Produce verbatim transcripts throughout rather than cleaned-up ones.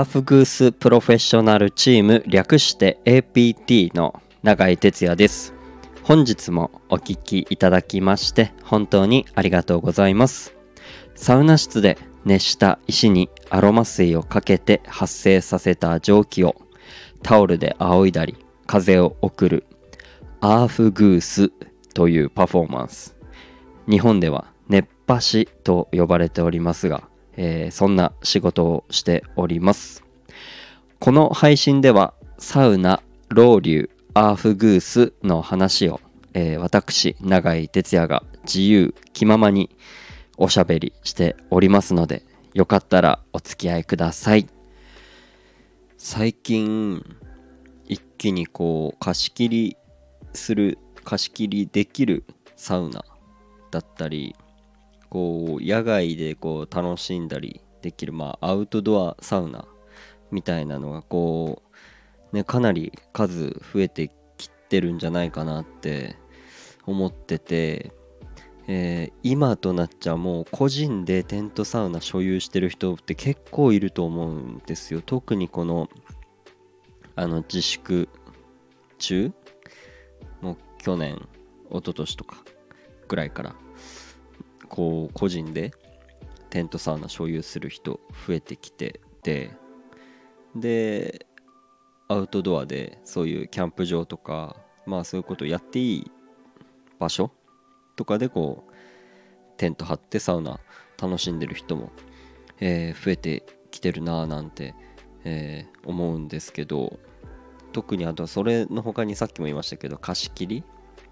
アーフグースプロフェッショナルチーム略して エーピーティー の永井哲也です。本日もお聞きいただきまして本当にありがとうございます。サウナ室で熱した石にアロマ水をかけて発生させた蒸気をタオルで仰いだり風を送るアーフグースというパフォーマンス、日本では熱波師と呼ばれておりますが、えー、そんな仕事をしております。この配信ではサウナ、ロウリュ、アーフグースの話を、えー、私永井哲也が自由気ままにおしゃべりしておりますので、よかったらお付き合いください。最近一気にこう貸し切りする貸し切りできるサウナだったり、こう野外でこう楽しんだりできる、まあアウトドアサウナみたいなのがこうね、かなり数増えてきてるんじゃないかなって思ってて、えー、今となっちゃもう個人でテントサウナ所有してる人って結構いると思うんですよ。特にこのあの自粛中、もう去年一昨年とかぐらいからこう個人でテントサウナ所有する人増えてきてて、でアウトドアでそういうキャンプ場とか、まあそういうことをやっていい場所とかでこうテント張ってサウナ楽しんでる人も、えー増えてきてるなぁなんて、えー思うんですけど、特にあとそれの他にさっきも言いましたけど、貸し切り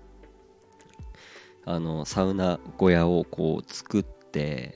あのサウナ小屋をこう作って、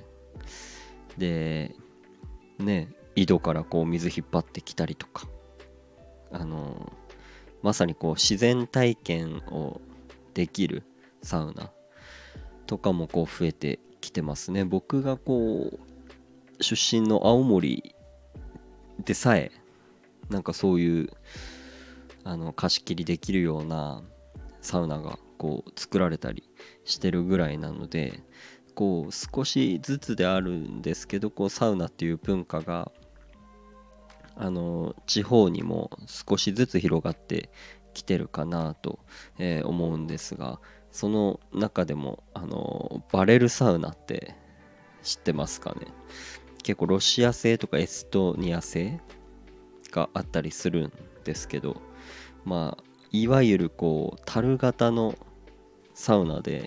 でね、井戸からこう水引っ張ってきたりとか、あのまさにこう自然体験をできるサウナとかもこう増えてきてますね。僕がこう出身の青森でさえなんかそういうあの貸し切りできるようなサウナがこう作られたりしてるぐらいなので、こう少しずつであるんですけど、こうサウナっていう文化があの地方にも少しずつ広がってきてるかなと、えー思うんですが、その中でもあのバレルサウナって知ってますかね。結構ロシア製とかエストニア製があったりするんですけど、まあいわゆるこう樽型のサウナで、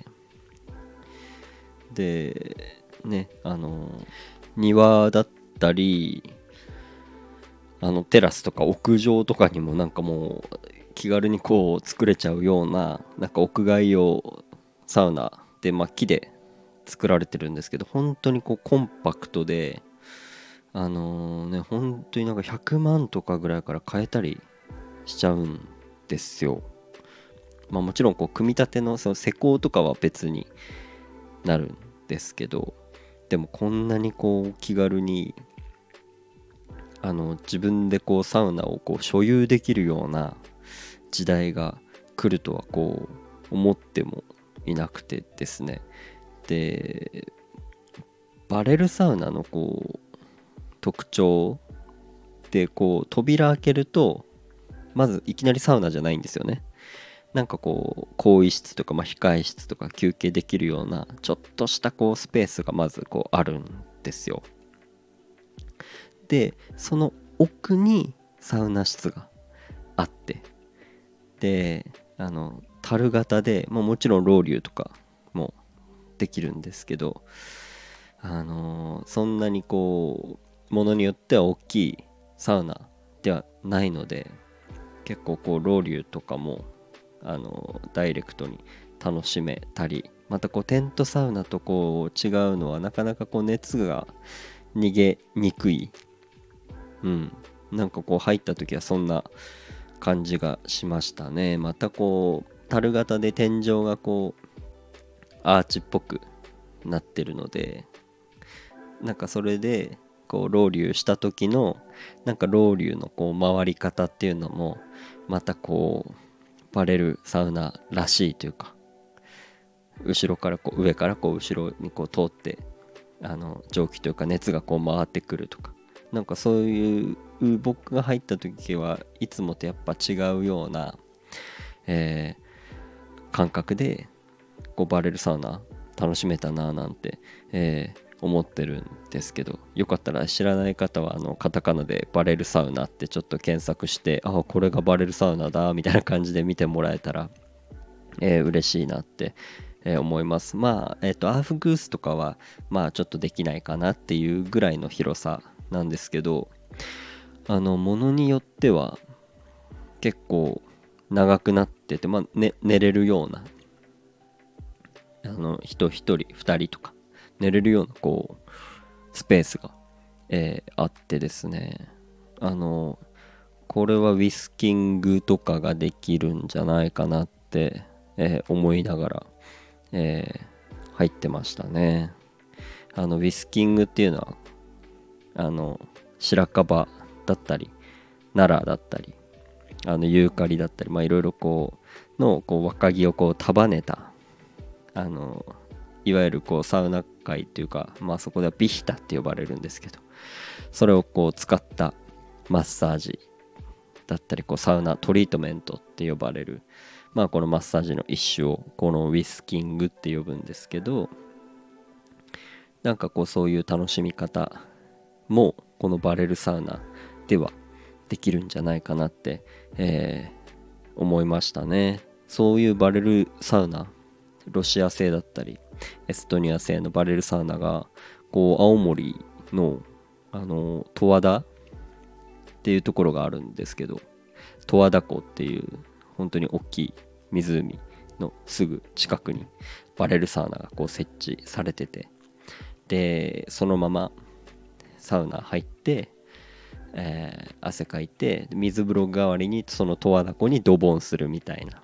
でね、あの庭だったりあのテラスとか屋上とかにもなんかもう気軽にこう作れちゃうような、なんか屋外用サウナで、まあ木で作られてるんですけど、本当にこうコンパクトで、あのーね、本当になんかひゃくまんとかぐらいから買えたりしちゃうんですよ。まあもちろんこう組み立てのその施工とかは別になるんですけど、でもこんなにこう気軽にあの自分でこうサウナをこう所有できるような時代が来るとはこう思ってもいなくてですね。でバレルサウナのこう特徴で、こう扉開けるとまずいきなりサウナじゃないんですよね。なんかこう更衣室とか、まあ、控え室とか休憩できるようなちょっとしたこうスペースがまずこうあるんですよ。でその奥にサウナ室があって、であの樽型で、まあ、もちろんロウリュとかもできるんですけど、あのーそんなにこうものによっては大きいサウナではないので、結構こうロウリュとかもあのダイレクトに楽しめたり、またこうテントサウナとこう違うのはなかなかこう熱が逃げにくい、うん、なんかこう入った時はそんな感じがしましたね。またこう樽型で天井がこうアーチっぽくなってるので、なんかそれでこうロウリュした時のなんかロウリュのこう回り方っていうのもまたこうバレルサウナらしいというか、後ろからこう上からこう後ろにこう通ってあの蒸気というか熱がこう回ってくるとか、なんかそういう僕が入った時はいつもとやっぱ違うような、えー感覚でこうバレルサウナ楽しめたななんて、えー思ってるんですけど、よかったら知らない方はあのカタカナでバレルサウナってちょっと検索して、あ、これがバレルサウナだみたいな感じで見てもらえたら、えー嬉しいなって、えー思います。まあ、えっと、アーフグースとかは、まあ、ちょっとできないかなっていうぐらいの広さなんですけど、あの、ものによっては結構長くなってて、まあ、ね、寝れるような、あの、人一人、二人とか、寝れるような、こう、スペースが、えーあってですね、あの、これはウィスキングとかができるんじゃないかなって、えー思いながら、えー入ってましたね。あのウィスキングっていうのはあの白樺だったり奈良だったりあのユーカリだったり、まあいろいろこうのこう若木をこう束ねた、あのいわゆるこうサウナ界っていうか、まあそこではビヒタって呼ばれるんですけど、それをこう使ったマッサージだったり、こうサウナトリートメントって呼ばれる、まあこのマッサージの一種をこのウィスキングって呼ぶんですけど、なんかこうそういう楽しみ方もこのバレルサウナではできるんじゃないかなって、えー思いましたね。そういうバレルサウナ、ロシア製だったりエストニア製のバレルサウナがこう青森のあの十和田っていうところがあるんですけど、十和田湖っていう本当に大きい湖のすぐ近くにバレルサウナがこう設置されてて、でそのままサウナ入って、えー汗かいて水風呂代わりにその十和田湖にドボンするみたいな、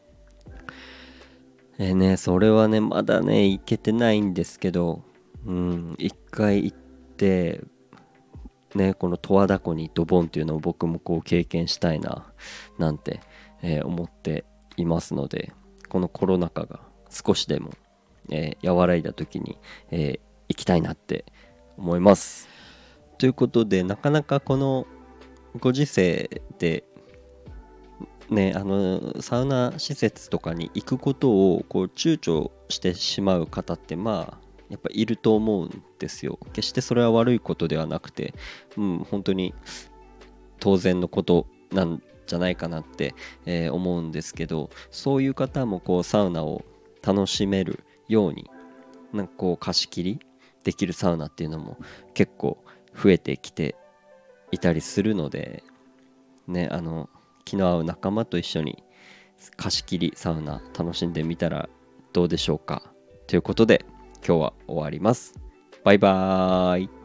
えーねそれはねまだね行けてないんですけど、うん一回行ってねこの十和田湖にドボンっていうのを僕もこう経験したいななんて、えー思っていますので、このコロナ禍が少しでも、えー和らいだ時に、えー行きたいなって思います。ということで、なかなかこのご時世でね、あのサウナ施設とかに行くことをこう躊躇してしまう方ってまあやっぱいると思うんですよ。決してそれは悪いことではなくて、うん、本当に当然のことなんじゃないかなって、えー思うんですけど、そういう方もこうサウナを楽しめるようになんかこう貸し切りできるサウナっていうのも結構増えてきていたりするのでね、あの気の合う仲間と一緒に貸し切りサウナ楽しんでみたらどうでしょうか。ということで今日は終わります。バイバーイ。